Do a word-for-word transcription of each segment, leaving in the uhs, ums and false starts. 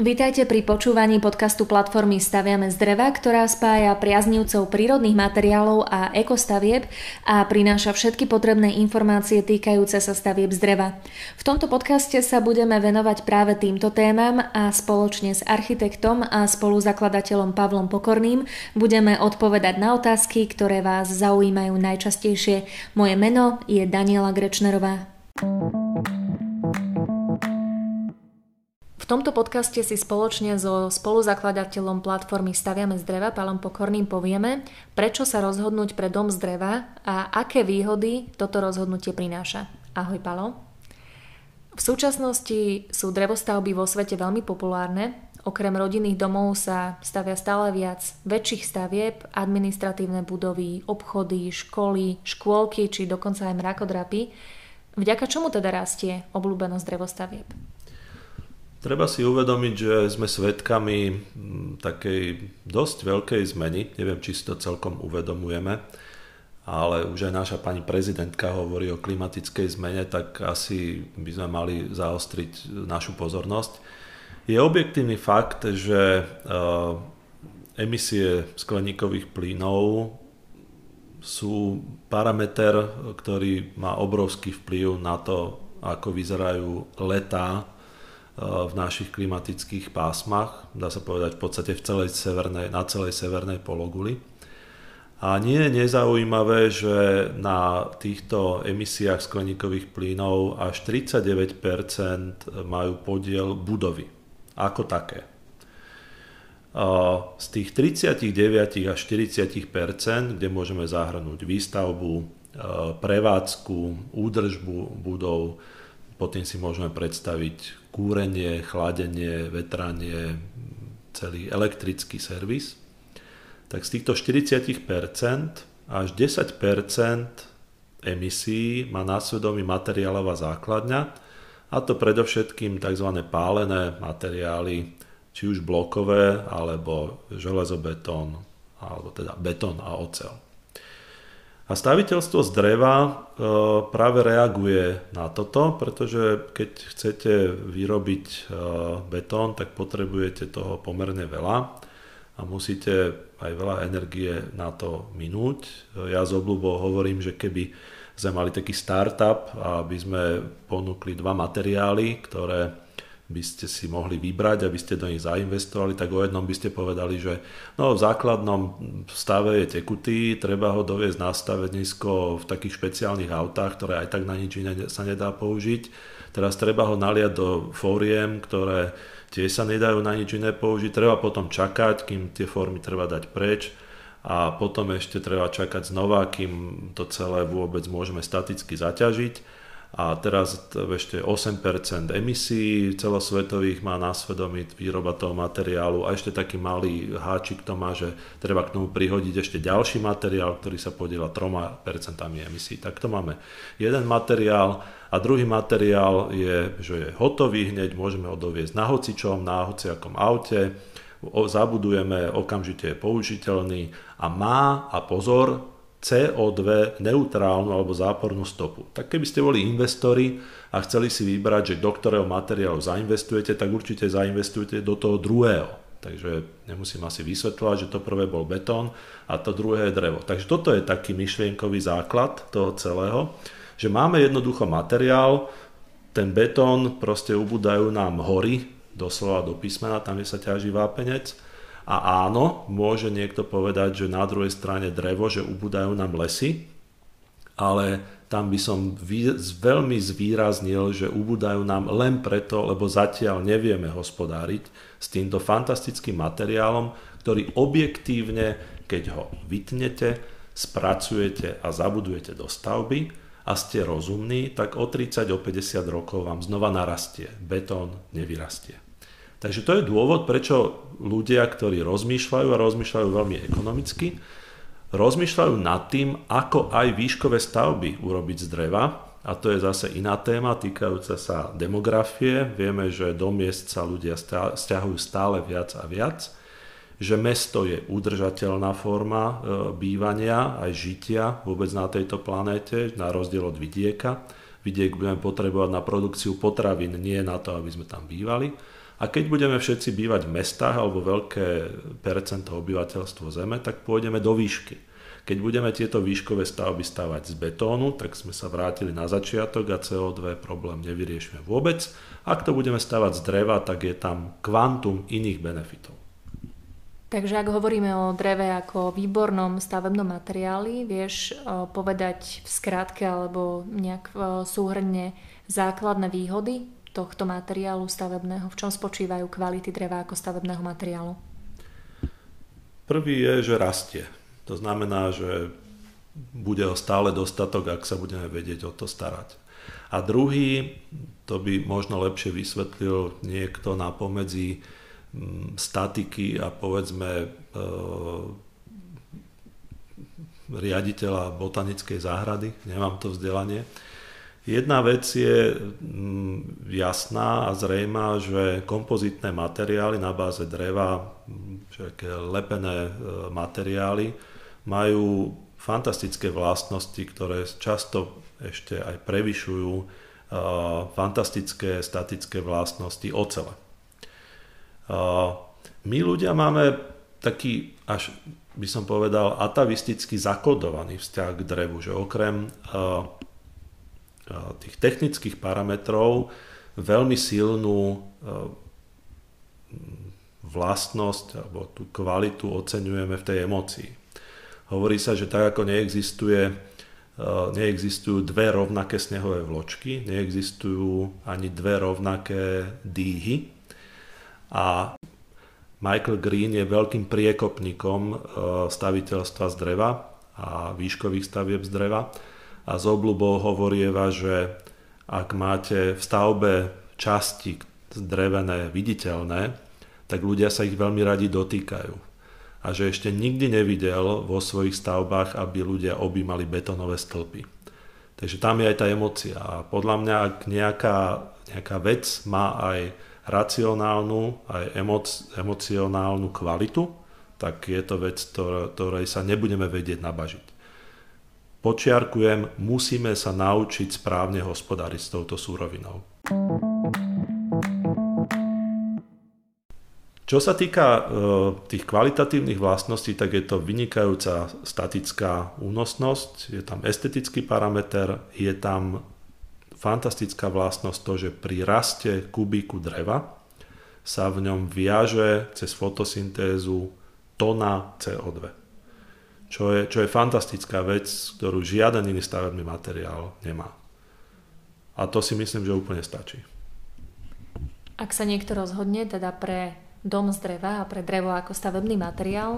Vítajte pri počúvaní podcastu platformy Staviame z dreva, ktorá spája priaznivcov prírodných materiálov a ekostavieb a prináša všetky potrebné informácie týkajúce sa stavieb z dreva. V tomto podcaste sa budeme venovať práve týmto témam a spoločne s architektom a spoluzakladateľom Pavlom Pokorným budeme odpovedať na otázky, ktoré vás zaujímajú najčastejšie. Moje meno je Daniela Grečnerová. V tomto podcaste si spoločne so spoluzakladateľom platformy Staviame z dreva, Pavlom Pokorným, povieme, prečo sa rozhodnúť pre dom z dreva a aké výhody toto rozhodnutie prináša. Ahoj, Palo. V súčasnosti sú drevostavby vo svete veľmi populárne. Okrem rodinných domov sa stavia stále viac väčších stavieb, administratívne budovy, obchody, školy, škôlky či dokonca aj mrakodrapy. Vďaka čomu teda rastie obľúbenosť drevostavieb? Treba si uvedomiť, že sme svedkami takej dosť veľkej zmeny. Neviem, či si to celkom uvedomujeme, ale už aj naša pani prezidentka hovorí o klimatickej zmene, tak asi by sme mali zaostriť našu pozornosť. Je objektívny fakt, že emisie skleníkových plynov sú parameter, ktorý má obrovský vplyv na to, ako vyzerajú letá v našich klimatických pásmach, dá sa povedať v podstate v celej severnej, na celej severnej pologuli. A nie je nezaujímavé, že na týchto emisiách skleníkových plynov až tridsaťdeväť percent majú podiel budovy ako také. Z tých tridsaťdeväť až štyridsať percent, kde môžeme zahrnúť výstavbu, prevádzku, údržbu budov, potom si môžeme predstaviť kúrenie, chladenie, vetranie, celý elektrický servis. Tak z týchto štyridsať percent až desať percent emisí má na svedomí materiálová základňa, a to predovšetkým tzv. Pálené materiály, či už blokové, alebo železobetón, alebo teda betón a oceľ. A staviteľstvo z dreva e, práve reaguje na toto, pretože keď chcete vyrobiť e, betón, tak potrebujete toho pomerne veľa a musíte aj veľa energie na to minúť. Ja z obľubou hovorím, že keby sme mali taký startup, aby sme ponúkli dva materiály, ktoré by ste si mohli vybrať, aby ste do nich zainvestovali, tak o jednom by ste povedali, že no, v základnom stave je tekutý, treba ho doviesť na stavenisko v takých špeciálnych autách, ktoré aj tak na nič iné sa nedá použiť. Teraz treba ho naliať do fóriem, ktoré tiež sa nedajú na nič iné použiť. Treba potom čakať, kým tie formy treba dať preč, a potom ešte treba čakať znova, kým to celé vôbec môžeme staticky zaťažiť. A teraz ešte osem percent emisí celosvetových má na svedomí výroba toho materiálu, a ešte taký malý háčik to má, že treba k tomu prihodiť ešte ďalší materiál, ktorý sa podieľa tri percentá emisí. Tak to máme jeden materiál, a druhý materiál je, že je hotový hneď, môžeme ho doviezť na hocičom, na hociakom aute, zabudujeme, okamžite je použiteľný a má, a pozor, cé ó dva neutrálnu alebo zápornú stopu. Tak keby ste boli investori a chceli si vybrať, že do ktorého materiálu zainvestujete, tak určite zainvestujete do toho druhého. Takže nemusím asi vysvetľovať, že to prvé bol betón a to druhé je drevo. Takže toto je taký myšlienkový základ toho celého, že máme jednoducho materiál, ten betón, proste ubúdajú nám hory, doslova do písmena, tam, kde sa ťaží vápenec. A áno, môže niekto povedať, že na druhej strane drevo, že ubúdajú nám lesy, ale tam by som vý, veľmi zvýraznil, že ubúdajú nám len preto, lebo zatiaľ nevieme hospodáriť s týmto fantastickým materiálom, ktorý objektívne, keď ho vytnete, spracujete a zabudujete do stavby a ste rozumní, tak o tridsať, o päťdesiat rokov vám znova narastie. Betón nevyrastie. Takže to je dôvod, prečo ľudia, ktorí rozmýšľajú a rozmýšľajú veľmi ekonomicky, rozmýšľajú nad tým, ako aj výškové stavby urobiť z dreva. A to je zase iná téma týkajúca sa demografie. Vieme, že do miest sa ľudia sťahujú stále viac a viac. Že mesto je udržateľná forma bývania, aj žitia vôbec na tejto planéte, na rozdiel od vidieka. Vidiek budeme potrebovať na produkciu potravín, nie na to, aby sme tam bývali. A keď budeme všetci bývať v mestách alebo veľké percento obyvateľstvo Zeme, tak pôjdeme do výšky. Keď budeme tieto výškové stavby stavať z betónu, tak sme sa vrátili na začiatok a cé ó dva problém nevyriešime vôbec. Ak to budeme stavať z dreva, tak je tam kvantum iných benefitov. Takže ak hovoríme o dreve ako výbornom stavebnom materiáli, vieš povedať v skratke alebo nejak súhrne základné výhody tohto materiálu stavebného? V čom spočívajú kvality dreva ako stavebného materiálu? Prvý je, že rastie. To znamená, že bude ho stále dostatok, ak sa budeme vedieť o to starať. A druhý, to by možno lepšie vysvetlil niekto na pomedzi statiky a povedzme e, riaditeľa botanickej záhrady, nemám to vzdelanie. Jedna vec je jasná a zrejmá, že kompozitné materiály na báze dreva, všaké lepené materiály, majú fantastické vlastnosti, ktoré často ešte aj prevyšujú fantastické statické vlastnosti ocele. My ľudia máme taký, až by som povedal, atavisticky zakodovaný vzťah k drevu, že okrem tých technických parametrov veľmi silnú vlastnosť alebo tú kvalitu oceňujeme v tej emócii. Hovorí sa, že tak ako neexistuje, neexistujú dve rovnaké snehové vločky, neexistujú ani dve rovnaké dýhy. A Michael Green je veľkým priekopníkom staviteľstva z dreva a výškových stavieb z dreva. A z obľubou hovorieva, že ak máte v stavbe časti zdrevené viditeľné, tak ľudia sa ich veľmi radi dotýkajú. A že ešte nikdy nevidel vo svojich stavbách, aby ľudia objímali betónové stĺpy. Takže tam je aj tá emócia. A podľa mňa, ak nejaká, nejaká vec má aj racionálnu, aj emoc, emocionálnu kvalitu, tak je to vec, ktorej sa nebudeme vedieť nabažiť. Počiarkujem, musíme sa naučiť správne hospodáriť s touto súrovinou. Čo sa týka e, tých kvalitatívnych vlastností, tak je to vynikajúca statická únosnosť, je tam estetický parameter, je tam fantastická vlastnosť to, že pri raste kubíku dreva sa v ňom viaže cez fotosyntézu tona cé ó dva. Čo je, čo je fantastická vec, ktorú žiaden iný stavebný materiál nemá. A to si myslím, že úplne stačí. Ak sa niekto rozhodne teda pre dom z dreva a pre drevo ako stavebný materiál,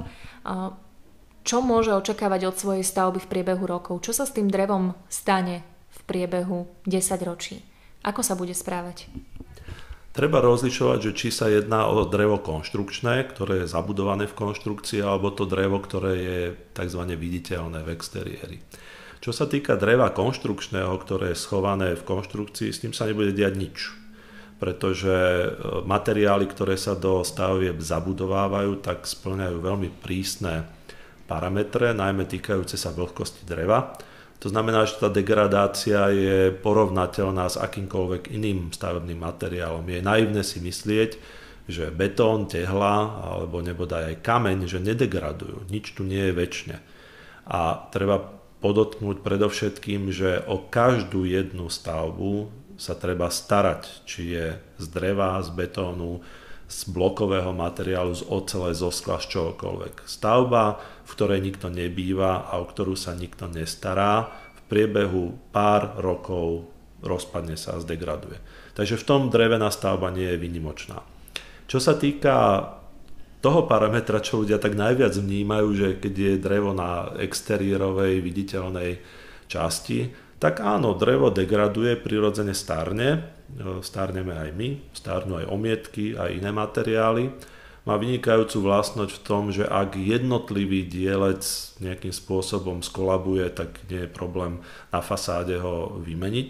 čo môže očakávať od svojej stavby v priebehu rokov? Čo sa s tým drevom stane v priebehu desaťročí? Ako sa bude správať? Treba rozlišovať, že či sa jedná o drevo konštrukčné, ktoré je zabudované v konštrukcii, alebo to drevo, ktoré je tzv. Viditeľné v exteriéri. Čo sa týka dreva konštrukčného, ktoré je schované v konštrukcii, s tým sa nebude diať nič. Pretože materiály, ktoré sa do stavieb zabudovávajú, tak spĺňajú veľmi prísne parametre, najmä týkajúce sa vlhkosti dreva. To znamená, že tá degradácia je porovnateľná s akýmkoľvek iným stavebným materiálom. Je naivné si myslieť, že betón, tehla alebo nebodaj aj kameň, že nedegradujú. Nič tu nie je večne. A treba podotknúť predovšetkým, že o každú jednu stavbu sa treba starať, či je z dreva, z betónu, z blokového materiálu, z ocele, zo skla, z čohokoľvek. Stavba, v ktorej nikto nebýva a o ktorú sa nikto nestará, v priebehu pár rokov rozpadne sa a zdegraduje. Takže v tom drevená stavba nie je výnimočná. Čo sa týka toho parametra, čo ľudia tak najviac vnímajú, že keď je drevo na exteriérovej viditeľnej časti, tak áno, drevo degraduje, prirodzene starne, starneme aj my, starnú aj omietky, aj iné materiály. Má vynikajúcu vlastnosť v tom, že ak jednotlivý dielec nejakým spôsobom skolabuje, tak nie je problém na fasáde ho vymeniť.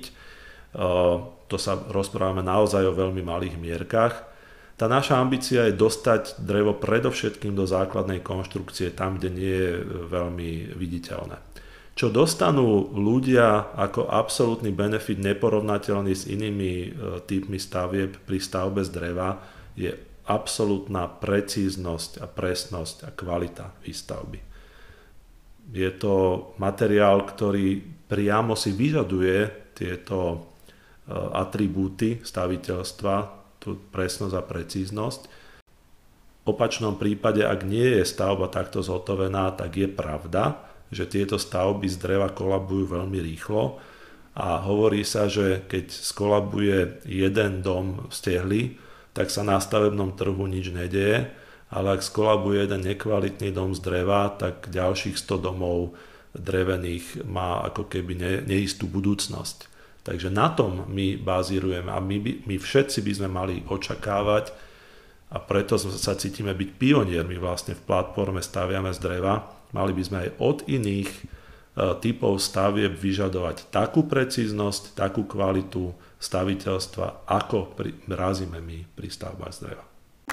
To sa rozprávame naozaj o veľmi malých mierkach. Tá naša ambícia je dostať drevo predovšetkým do základnej konštrukcie, tam, kde nie je veľmi viditeľné. Čo dostanú ľudia ako absolútny benefit neporovnateľný s inými typmi stavieb pri stavbe z dreva, je absolútna precíznosť a presnosť a kvalita výstavby. Je to materiál, ktorý priamo si vyžaduje tieto atribúty staviteľstva, tú presnosť a precíznosť. V opačnom prípade, ak nie je stavba takto zhotovená, tak je pravda, že tieto stavby z dreva kolabujú veľmi rýchlo a hovorí sa, že keď skolabuje jeden dom z tehly, tak sa na stavebnom trhu nič nedeje, ale ak skolabuje jeden nekvalitný dom z dreva, tak ďalších sto domov drevených má ako keby ne, neistú budúcnosť. Takže na tom my bazírujeme a my, by, my všetci by sme mali očakávať a preto sa cítime byť pioniermi vlastne v platforme Staviame z dreva. Mali by sme aj od iných e, typov stavieb vyžadovať takú precíznosť, takú kvalitu staviteľstva, ako pri, razíme my pri stavbách z dreva.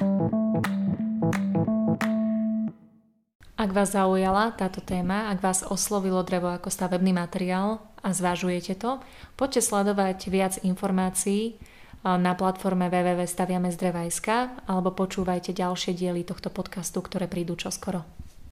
Ak vás zaujala táto téma, ak vás oslovilo drevo ako stavebný materiál a zvažujete to, poďte sledovať viac informácií na platforme w w w bodka staviame z dreva bodka es ka alebo počúvajte ďalšie diely tohto podcastu, ktoré prídu čoskoro.